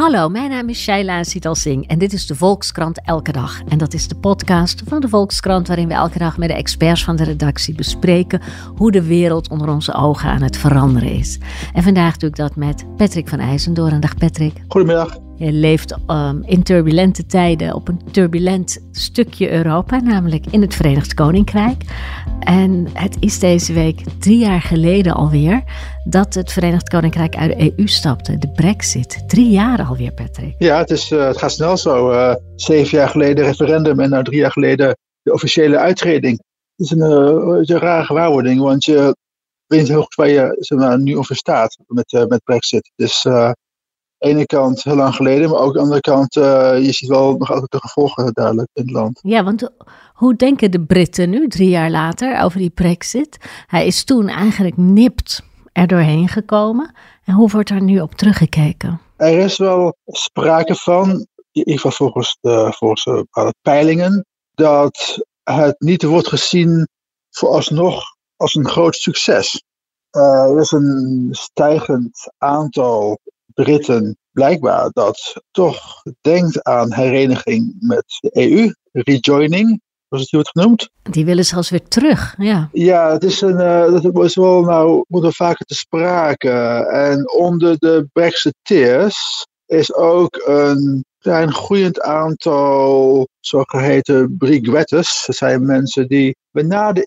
Hallo, mijn naam is Shaila Sital Singh en dit is de Volkskrant Elke Dag. En dat is de podcast van de Volkskrant waarin we elke dag met de experts van de redactie bespreken hoe de wereld onder onze ogen aan het veranderen is. En vandaag doe ik dat met Patrick van IJzendoorn. Dag Patrick. Goedemiddag. Je leeft in turbulente tijden op een turbulent stukje Europa, namelijk in het Verenigd Koninkrijk. En het is deze week 3 jaar geleden alweer dat het Verenigd Koninkrijk uit de EU stapte, de Brexit. 3 jaar alweer, Patrick. Ja, het gaat snel zo. 7 jaar geleden referendum en 3 jaar geleden de officiële uittreding. Het is een rare gewaarwording, want je weet niet heel goed waar je nu over staat met Brexit. Dus aan de ene kant heel lang geleden, maar ook aan de andere kant, je ziet wel nog altijd de gevolgen duidelijk in het land. Ja, want hoe denken de Britten nu, 3 jaar later, over die Brexit? Hij is toen eigenlijk nipt er doorheen gekomen. En hoe wordt er nu op teruggekeken? Er is wel sprake van, in ieder geval volgens bepaalde peilingen, dat het niet wordt gezien vooralsnog als een groot succes. Er is een stijgend aantal Britten blijkbaar dat toch denkt aan hereniging met de EU, rejoining, zoals het hier wordt genoemd. Die willen zelfs weer terug, ja. Ja, dat is moet wel vaker te sprake. En onder de Brexiteers is ook een klein groeiend aantal zogeheten Brexiteers. Dat zijn mensen die bij nader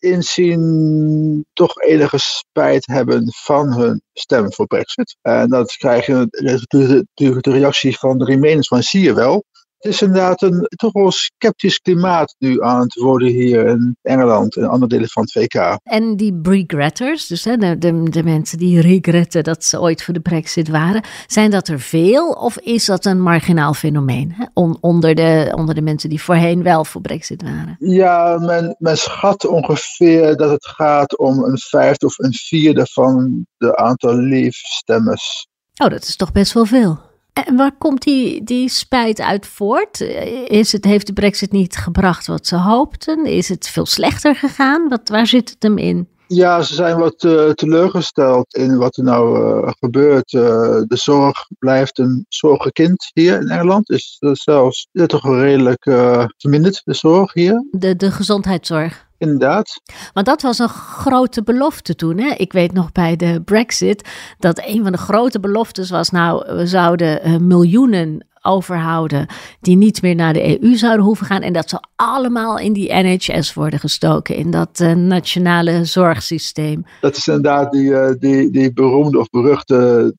inzien toch enige spijt hebben van hun stem voor Brexit. En dat krijgen natuurlijk de reactie van de Remainers van zie je wel. Het is inderdaad een toch wel sceptisch klimaat nu aan het worden hier in Engeland en andere delen van het VK. En die Brexiteers, dus de mensen die regretten dat ze ooit voor de Brexit waren, zijn dat er veel of is dat een marginaal fenomeen onder de mensen die voorheen wel voor Brexit waren? Ja, men schat ongeveer dat het gaat om 1/5 of 1/4 van de aantal Leave-stemmers. Oh, dat is toch best wel veel. En waar komt die spijt uit voort? Heeft de Brexit niet gebracht wat ze hoopten? Is het veel slechter gegaan? Waar zit het hem in? Ja, ze zijn wat teleurgesteld in wat er nou gebeurt. De zorg blijft een zorgenkind hier in Engeland. Is zelfs toch wel redelijk verminderd, de zorg hier. De gezondheidszorg. Inderdaad. Want dat was een grote belofte toen. Hè? Ik weet nog bij de Brexit dat een van de grote beloftes was, we zouden miljoenen overhouden die niet meer naar de EU zouden hoeven gaan. En dat zou allemaal in die NHS worden gestoken, in dat nationale zorgsysteem. Dat is inderdaad die beroemde of beruchte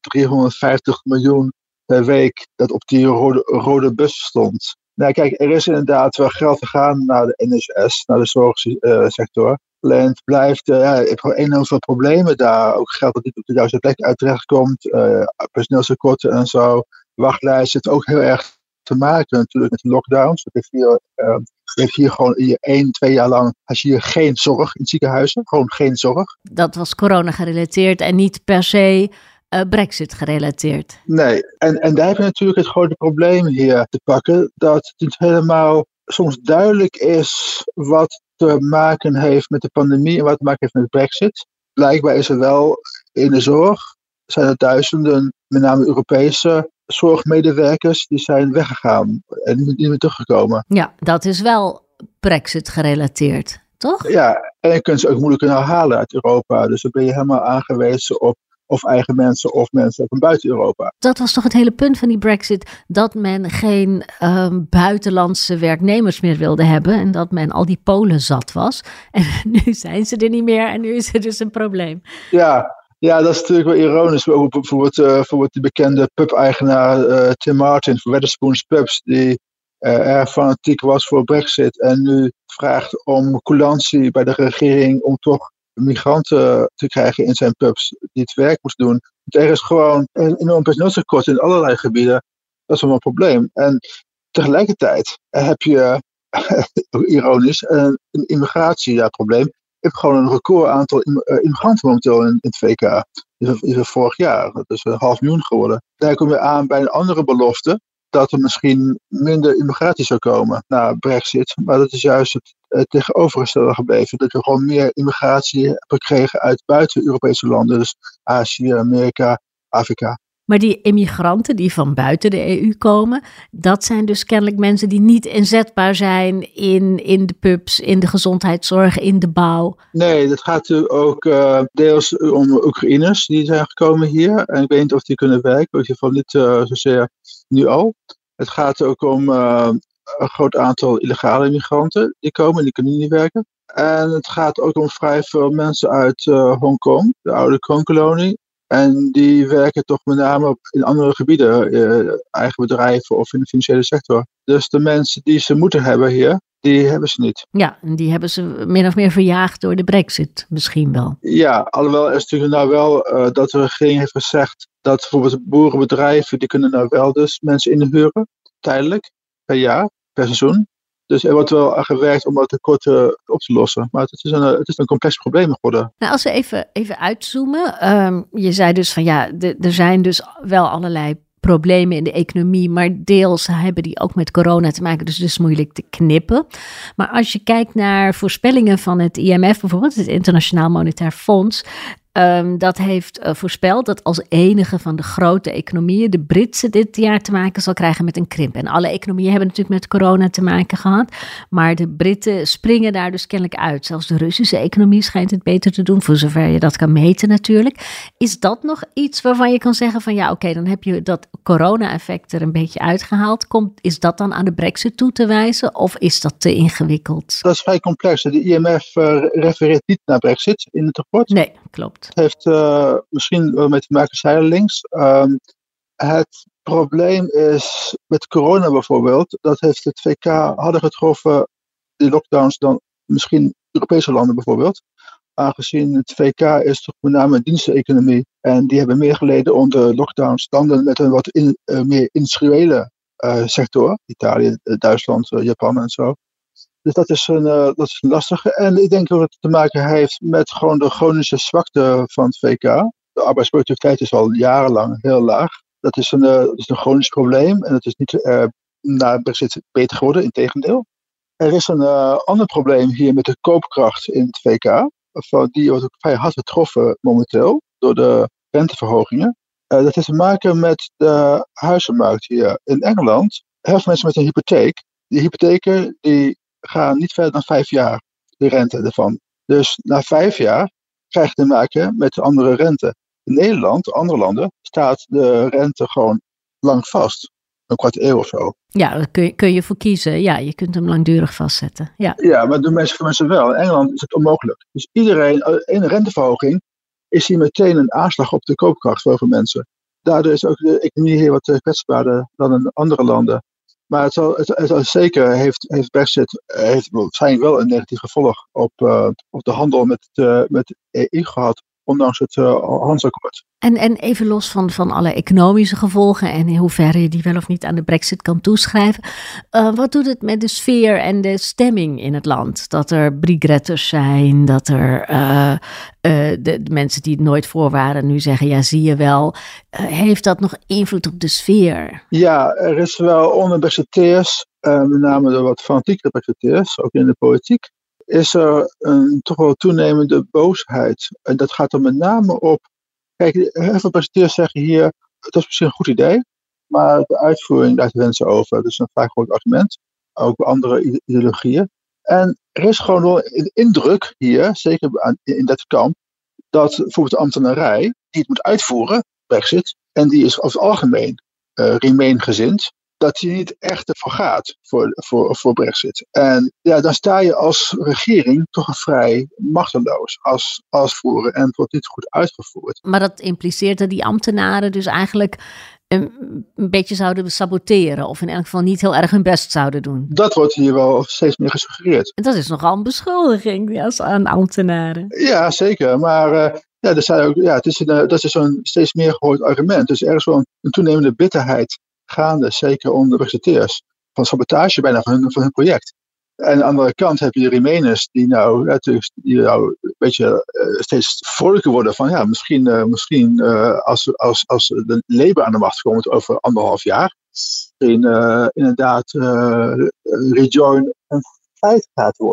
350 miljoen per week dat op die rode bus stond. Nou kijk, er is inderdaad wel geld gegaan naar de NHS, naar de zorgsector. Alleen het blijft, je hebt gewoon enorm veel problemen daar. Ook geld dat niet op de juiste plek uit terecht komt, personeelstekorten en zo. Wachtlijsten, het ook heel erg te maken natuurlijk met de lockdowns. Je hebt hier gewoon 1-2 jaar lang had je hier geen zorg in ziekenhuizen, gewoon geen zorg. Dat was corona gerelateerd en niet per se Brexit gerelateerd. Nee, en daar heb je natuurlijk het grote probleem hier te pakken, dat het niet helemaal soms duidelijk is wat te maken heeft met de pandemie en wat te maken heeft met de Brexit. Blijkbaar is er wel in de zorg, zijn er duizenden, met name Europese zorgmedewerkers, die zijn weggegaan en niet meer teruggekomen. Ja, dat is wel Brexit gerelateerd, toch? Ja, en je kunt ze ook moeilijk herhalen uit Europa, dus dan ben je helemaal aangewezen op of eigen mensen of mensen van buiten Europa. Dat was toch het hele punt van die Brexit, dat men geen buitenlandse werknemers meer wilde hebben en dat men al die Polen zat was. En nu zijn ze er niet meer en nu is er dus een probleem. Ja, dat is natuurlijk wel ironisch. Bijvoorbeeld die bekende pub-eigenaar Tim Martin van Wetherspoons Pubs, die erg fanatiek was voor Brexit en nu vraagt om coulantie bij de regering om toch migranten te krijgen in zijn pubs die het werk moesten doen. Er is gewoon een enorm personeelstekort in allerlei gebieden. Dat is wel een probleem. En tegelijkertijd heb je, ironisch, een immigratieprobleem. Je hebt gewoon een record aantal immigranten momenteel in het VK. Is er vorig jaar. Dat is 500.000 geworden. Daar kom je aan bij een andere belofte, dat er misschien minder immigratie zou komen na Brexit. Maar dat is juist het tegenovergestelde gebleven. Dat we gewoon meer immigratie hebben gekregen uit buiten Europese landen. Dus Azië, Amerika, Afrika. Maar die immigranten die van buiten de EU komen, dat zijn dus kennelijk mensen die niet inzetbaar zijn in de pubs, in de gezondheidszorg, in de bouw. Nee, dat gaat natuurlijk ook deels om Oekraïners die zijn gekomen hier. En ik weet niet of die kunnen werken, in ieder geval niet zozeer nu al. Het gaat ook om een groot aantal illegale immigranten die komen en die kunnen niet werken. En het gaat ook om vrij veel mensen uit Hongkong, de oude kroonkolonie. En die werken toch met name in andere gebieden, eigen bedrijven of in de financiële sector. Dus de mensen die ze moeten hebben hier, die hebben ze niet. Ja, en die hebben ze min of meer verjaagd door de Brexit, misschien wel. Ja, alhoewel is natuurlijk nou wel dat de regering heeft gezegd dat bijvoorbeeld boerenbedrijven, die kunnen nou wel dus mensen inhuren, tijdelijk, per jaar, per seizoen. Dus er wordt wel aan gewerkt om dat tekort op te lossen. Maar het is een complex probleem geworden. Nou, als we even uitzoomen. Je zei dus van ja, er zijn dus wel allerlei problemen in de economie, maar deels hebben die ook met corona te maken, dus het is moeilijk te knippen. Maar als je kijkt naar voorspellingen van het IMF bijvoorbeeld, het Internationaal Monetair Fonds, dat heeft voorspeld dat als enige van de grote economieën de Britse dit jaar te maken zal krijgen met een krimp. En alle economieën hebben natuurlijk met corona te maken gehad, maar de Britten springen daar dus kennelijk uit. Zelfs de Russische economie schijnt het beter te doen, voor zover je dat kan meten natuurlijk. Is dat nog iets waarvan je kan zeggen van ja, oké, dan heb je dat corona-effect er een beetje uitgehaald. Is dat dan aan de Brexit toe te wijzen of is dat te ingewikkeld? Dat is vrij complex. De IMF refereert niet naar Brexit in het rapport. Nee, klopt. Het heeft misschien wel mee te maken, zei links. Het probleem is met corona bijvoorbeeld, dat heeft het VK harder getroffen, die lockdowns, dan misschien Europese landen bijvoorbeeld. Aangezien het VK is toch met name een diensteconomie en die hebben meer geleden onder lockdowns dan met een wat meer industriële sector. Italië, Duitsland, Japan en zo. Dus dat is een lastige. En ik denk dat het te maken heeft met gewoon de chronische zwakte van het VK. De arbeidsproductiviteit is al jarenlang heel laag. Dat is een chronisch probleem en het is niet na Brexit beter geworden, integendeel. Er is een ander probleem hier met de koopkracht in het VK. Die wordt ook vrij hard getroffen momenteel door de renteverhogingen. Dat heeft te maken met de huizenmarkt hier. In Engeland hebben mensen met een hypotheek. Die hypotheken die gaan niet verder dan 5 jaar, de rente ervan. Dus na 5 jaar krijg je te maken met de andere rente. In Nederland, andere landen, staat de rente gewoon lang vast. Een kwart eeuw of zo. Ja, daar kun je voor kiezen. Ja, je kunt hem langdurig vastzetten. Ja, maar doen mensen wel. In Engeland is het onmogelijk. Dus een renteverhoging is hier meteen een aanslag op de koopkracht voor veel mensen. Daardoor is ook de economie hier wat kwetsbaarder dan in andere landen. Maar het zeker heeft Brexit waarschijnlijk wel een negatief gevolg op de handel met de EU gehad, ondanks het handelsakkoord. En even los van alle economische gevolgen en in hoeverre je die wel of niet aan de Brexit kan toeschrijven. Wat doet het met de sfeer en de stemming in het land? Dat er brigretters zijn, dat er de mensen die het nooit voor waren nu zeggen, ja zie je wel. Heeft dat nog invloed op de sfeer? Ja, er is wel onder Brexiteers, met name de wat fanatieke Brexiteers, ook in de politiek, is er een toch wel toenemende boosheid. En dat gaat er met name op. Kijk, heel veel Brexiteers zeggen hier, het is misschien een goed idee, maar de uitvoering laat wensen over. Dat is een vaak groot argument. Ook bij andere ideologieën. En er is gewoon wel een indruk hier, zeker in dat kamp, dat bijvoorbeeld de ambtenarij, die het moet uitvoeren, Brexit, en die is over het algemeen Remain-gezind, dat die niet echt ervoor gaat voor Brexit. En ja, dan sta je als regering toch vrij machteloos als voeren en het wordt niet goed uitgevoerd. Maar dat impliceert dat die ambtenaren dus eigenlijk een beetje zouden saboteren of in elk geval niet heel erg hun best zouden doen. Dat wordt hier wel steeds meer gesuggereerd. En dat is nogal een beschuldiging aan ambtenaren. Ja, zeker. Maar dat is zo'n steeds meer gehoord argument. Dus er is wel een toenemende bitterheid gaande, zeker onder Brexiteers, van sabotage bijna van hun project. En aan de andere kant heb je de Remainers die nou een beetje steeds vrolijker worden van ja, misschien als de Labour aan de macht komt over 1,5 jaar, inderdaad rejoin een feit gaat worden.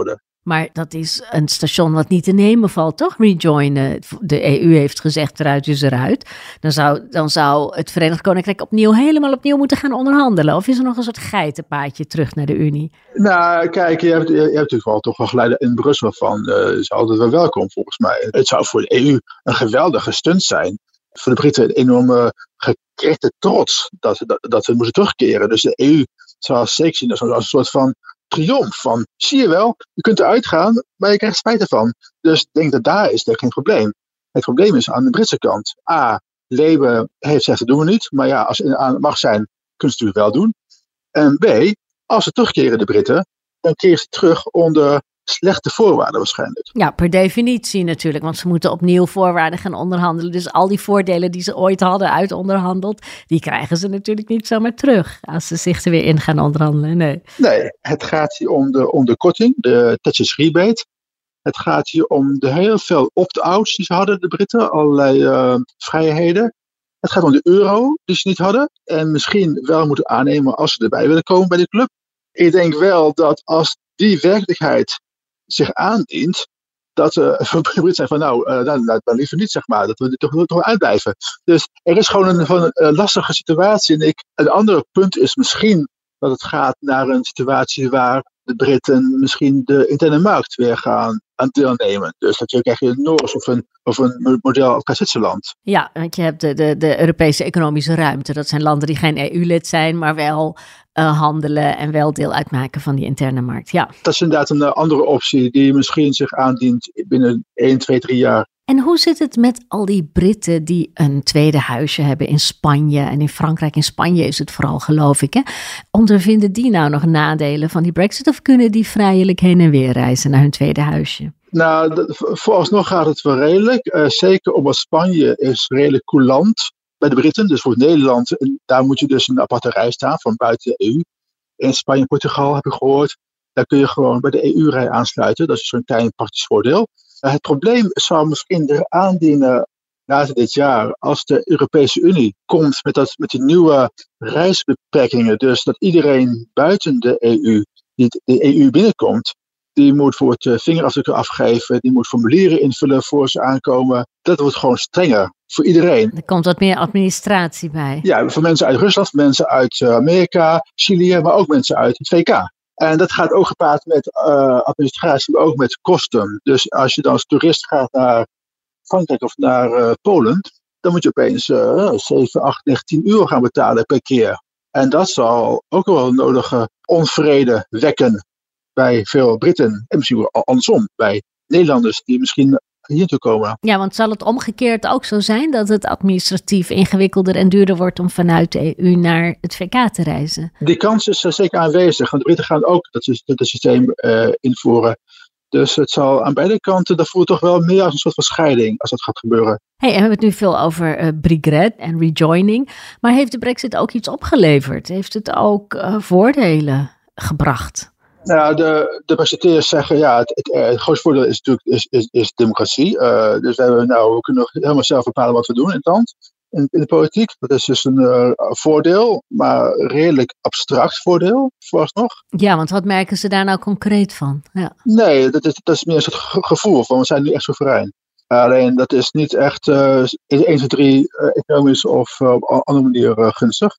Maar dat is een station wat niet te nemen valt, toch? Rejoinen. De EU heeft gezegd, eruit is eruit. Dan zou het Verenigd Koninkrijk helemaal opnieuw moeten gaan onderhandelen. Of is er nog een soort geitenpaadje terug naar de Unie? Nou, kijk, je hebt natuurlijk wel toch wel geluiden in Brussel van, is altijd wel welkom volgens mij. Het zou voor de EU een geweldige stunt zijn. Voor de Britten een enorme gekrekte trots dat ze moesten terugkeren. Dus de EU zou zeker zien als een soort van triomf van, zie je wel, je kunt eruit gaan, maar je krijgt spijt ervan. Dus ik denk dat daar is er geen probleem. Het probleem is aan de Britse kant. A, Labour heeft gezegd, dat doen we niet. Maar ja, als ze aan de macht zijn, kunnen ze het natuurlijk wel doen. En B, als ze terugkeren, de Britten, dan keren ze terug onder slechte voorwaarden waarschijnlijk. Ja, per definitie natuurlijk, want ze moeten opnieuw voorwaarden gaan onderhandelen. Dus al die voordelen die ze ooit hadden uitonderhandeld, die krijgen ze natuurlijk niet zomaar terug als ze zich er weer in gaan onderhandelen. Nee, het gaat hier om de korting, de Thatcher's rebate. Het gaat hier om de heel veel opt-outs die ze hadden, de Britten, allerlei vrijheden. Het gaat om de euro die ze niet hadden en misschien wel moeten aannemen als ze erbij willen komen bij de club. Ik denk wel dat als die werkelijkheid zich aandient, dat voor de Britten zijn van dan liever niet, zeg maar, dat we er toch uitblijven. Dus er is gewoon een lastige situatie. En een ander punt is misschien dat het gaat naar een situatie waar de Britten misschien de interne markt weer gaan aan deelnemen. Dus dat je krijgt een Noors of een model als Zwitserland. Ja, want je hebt de Europese economische ruimte. Dat zijn landen die geen EU-lid zijn, maar wel handelen en wel deel uitmaken van die interne markt. Ja. Dat is inderdaad een andere optie die misschien zich aandient binnen 1, 2, 3 jaar. En hoe zit het met al die Britten die een tweede huisje hebben in Spanje en in Frankrijk? In Spanje is het vooral, geloof ik. Hè? Ondervinden die nou nog nadelen van die Brexit of kunnen die vrijelijk heen en weer reizen naar hun tweede huisje? Nou, vooralsnog gaat het wel redelijk. Zeker omdat Spanje is redelijk coulant bij de Britten. Dus voor Nederland, daar moet je dus een aparte rij staan van buiten de EU. In Spanje en Portugal heb ik gehoord, daar kun je gewoon bij de EU-rij aansluiten. Dat is zo'n klein praktisch voordeel. Het probleem zou misschien er aandienen later dit jaar als de Europese Unie komt met die nieuwe reisbeperkingen. Dus dat iedereen buiten de EU, die de EU binnenkomt, die moet voor het vingerafdrukken afgeven, die moet formulieren invullen voor ze aankomen. Dat wordt gewoon strenger voor iedereen. Er komt wat meer administratie bij. Ja, voor mensen uit Rusland, voor mensen uit Amerika, Chili, maar ook mensen uit het VK. En dat gaat ook gepaard met administratie, maar ook met kosten. Dus als je dan als toerist gaat naar Frankrijk of naar Polen, dan moet je opeens 7, 8, 9, 10 euro gaan betalen per keer. En dat zal ook wel nodige onvrede wekken bij veel Britten. En misschien wel andersom, bij Nederlanders die misschien hier toe komen. Ja, want zal het omgekeerd ook zo zijn dat het administratief ingewikkelder en duurder wordt om vanuit de EU naar het VK te reizen? Die kans is zeker aanwezig, want de Britten gaan ook dat systeem invoeren. Dus het zal aan beide kanten, dat voelt toch wel meer als een soort van scheiding als dat gaat gebeuren. Hey, en we hebben het nu veel over Brexit en rejoining, maar heeft de Brexit ook iets opgeleverd? Heeft het ook voordelen gebracht? Nou, de Brexiteers zeggen, ja, het grootste voordeel is natuurlijk is democratie. Dus we kunnen nog helemaal zelf bepalen wat we doen in het land, in de politiek. Dat is dus een voordeel, maar redelijk abstract voordeel, vooralsnog. Ja, want wat merken ze daar nou concreet van? Ja. Nee, dat is meer een soort gevoel van, we zijn nu echt soeverein. Alleen, dat is niet echt 1, 2, 3 economisch of op een andere manier gunstig.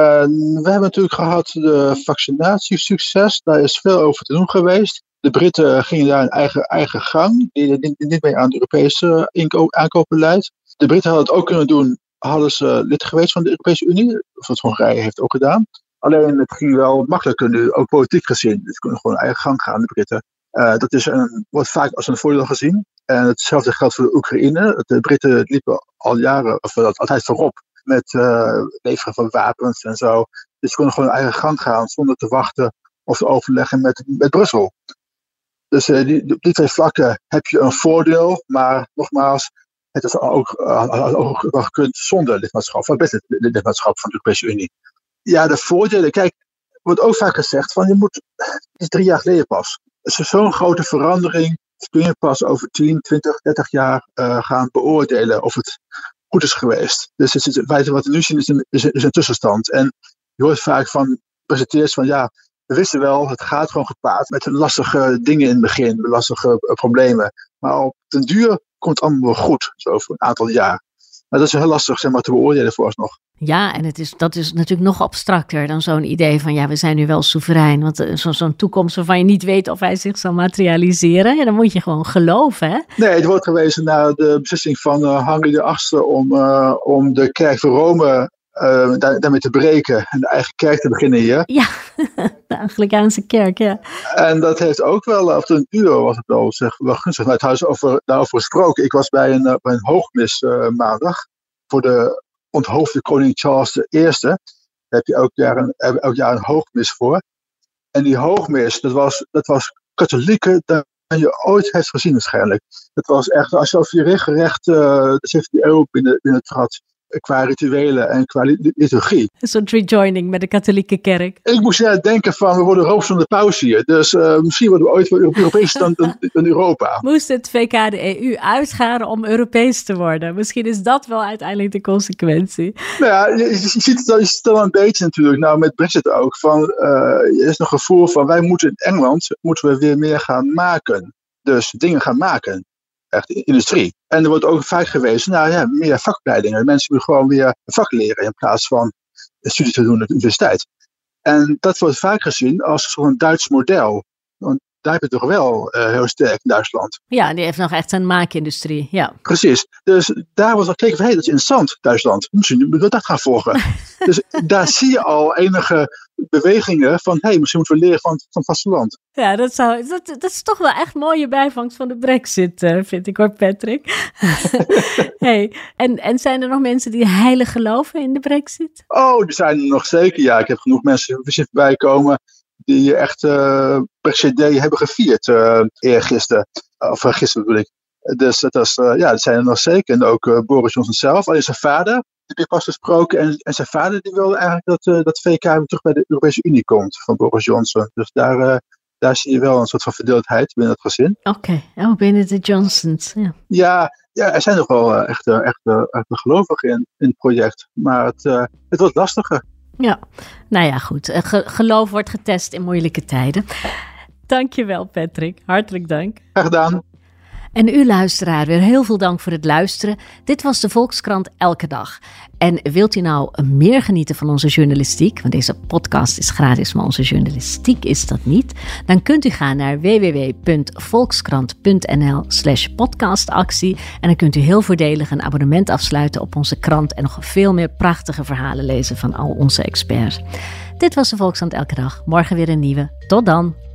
We hebben natuurlijk gehad de vaccinatiesucces. Daar is veel over te doen geweest. De Britten gingen daar een eigen gang. Die niet mee aan het Europese aankoopbeleid. De Britten hadden het ook kunnen doen. Hadden ze lid geweest van de Europese Unie. Wat Hongarije heeft ook gedaan. Alleen het ging wel makkelijker nu, ook politiek gezien. Dus ze kunnen gewoon eigen gang gaan, de Britten. Dat wordt vaak als een voordeel gezien. En hetzelfde geldt voor de Oekraïne. De Britten liepen al jaren, altijd voorop. Met leveren van wapens en zo. Dus ze konden gewoon eigen gang gaan zonder te wachten of te overleggen met Brussel. Dus op die 2 vlakken heb je een voordeel. Maar nogmaals, het is ook wel gekund zonder lidmaatschap. Van best lidmaatschap van de Europese Unie. Ja, de voordelen. Kijk, er wordt ook vaak gezegd van het is 3 jaar geleden pas. Dus zo'n grote verandering kun je pas over 10, 20, 30 jaar gaan beoordelen of het goed is geweest. Dus het feit wat we nu zien is een tussenstand. En je hoort vaak van presenteerders van we wisten wel, het gaat gewoon gepaard met lastige dingen in het begin, lastige problemen. Maar op den duur komt het allemaal wel goed, zo over een aantal jaar. Maar dat is heel lastig, zeg maar, te beoordelen vooralsnog. Ja, en dat is natuurlijk nog abstracter dan zo'n idee van, ja, we zijn nu wel soeverein. Want zo'n toekomst waarvan je niet weet of hij zich zal materialiseren, ja, dan moet je gewoon geloven, hè? Nee, het wordt gewezen naar de beslissing van Henri VIII om de kerk van Rome daarmee te breken en de eigen kerk te beginnen hier. Ja, de Anglicaanse kerk, ja. En dat heeft ook wel, op een uur was het wel gunstig. Nou, trouwens, daarover gesproken. Ik was bij een hoogmis maandag voor de onthoofde koning Charles I. Daar heb je elk jaar een hoogmis voor. En die hoogmis, dat was katholieken dan je ooit hebt gezien waarschijnlijk. Het was echt alsof je regelrecht de 17e eeuw binnen trad. Qua rituelen en qua liturgie. Een soort rejoining met de katholieke kerk. Ik moest denken van, we worden roos van de paus hier. Dus misschien worden we ooit wel Europees dan Europa. Moest het VK de EU uitgaan om Europees te worden? Misschien is dat wel uiteindelijk de consequentie. Nou ja, je ziet het al een beetje natuurlijk. Nou, met Brexit ook. Er is een gevoel van, wij moeten in Engeland weer meer gaan maken. Dus dingen gaan maken. Echt industrie. En er wordt ook vaak gewezen, meer vakopleidingen. Mensen moeten gewoon weer een vak leren in plaats van een studie te doen op de universiteit. En dat wordt vaak gezien als zo'n Duits model. Want daar heb je toch wel heel sterk in Duitsland. Ja, die heeft nog echt een maakindustrie, ja. Precies. Dus daar was al gekeken van, dat is interessant, Duitsland. Misschien moeten we dat gaan volgen. Dus daar zie je al enige bewegingen van, misschien moeten we leren van het vasteland. Ja, dat is toch wel echt mooie bijvangst van de Brexit, vind ik hoor, Patrick. Hey, en zijn er nog mensen die heilig geloven in de Brexit? Oh, die zijn er nog zeker. Ja, ik heb genoeg mensen voorbij komen die echt Brexit Day hebben gevierd eergisteren. Of gisteren bedoel ik. Dus dat zijn er nog zeker. En ook Boris Johnson zelf. Alleen zijn vader heb ik pas gesproken. En zijn vader die wil eigenlijk dat VK weer terug bij de Europese Unie komt. Van Boris Johnson. Dus daar zie je wel een soort van verdeeldheid binnen het gezin. Oké. Binnen de Johnsons. Ja, er zijn nog wel echt gelovigen in het project. Maar het wordt lastiger. Ja, nou ja, goed. Geloof wordt getest in moeilijke tijden. Dankjewel, Patrick. Hartelijk dank. Graag gedaan. En u luisteraar, weer heel veel dank voor het luisteren. Dit was de Volkskrant Elke Dag. En wilt u nou meer genieten van onze journalistiek? Want deze podcast is gratis, maar onze journalistiek is dat niet. Dan kunt u gaan naar www.volkskrant.nl/podcastactie. En dan kunt u heel voordelig een abonnement afsluiten op onze krant. En nog veel meer prachtige verhalen lezen van al onze experts. Dit was de Volkskrant Elke Dag. Morgen weer een nieuwe. Tot dan.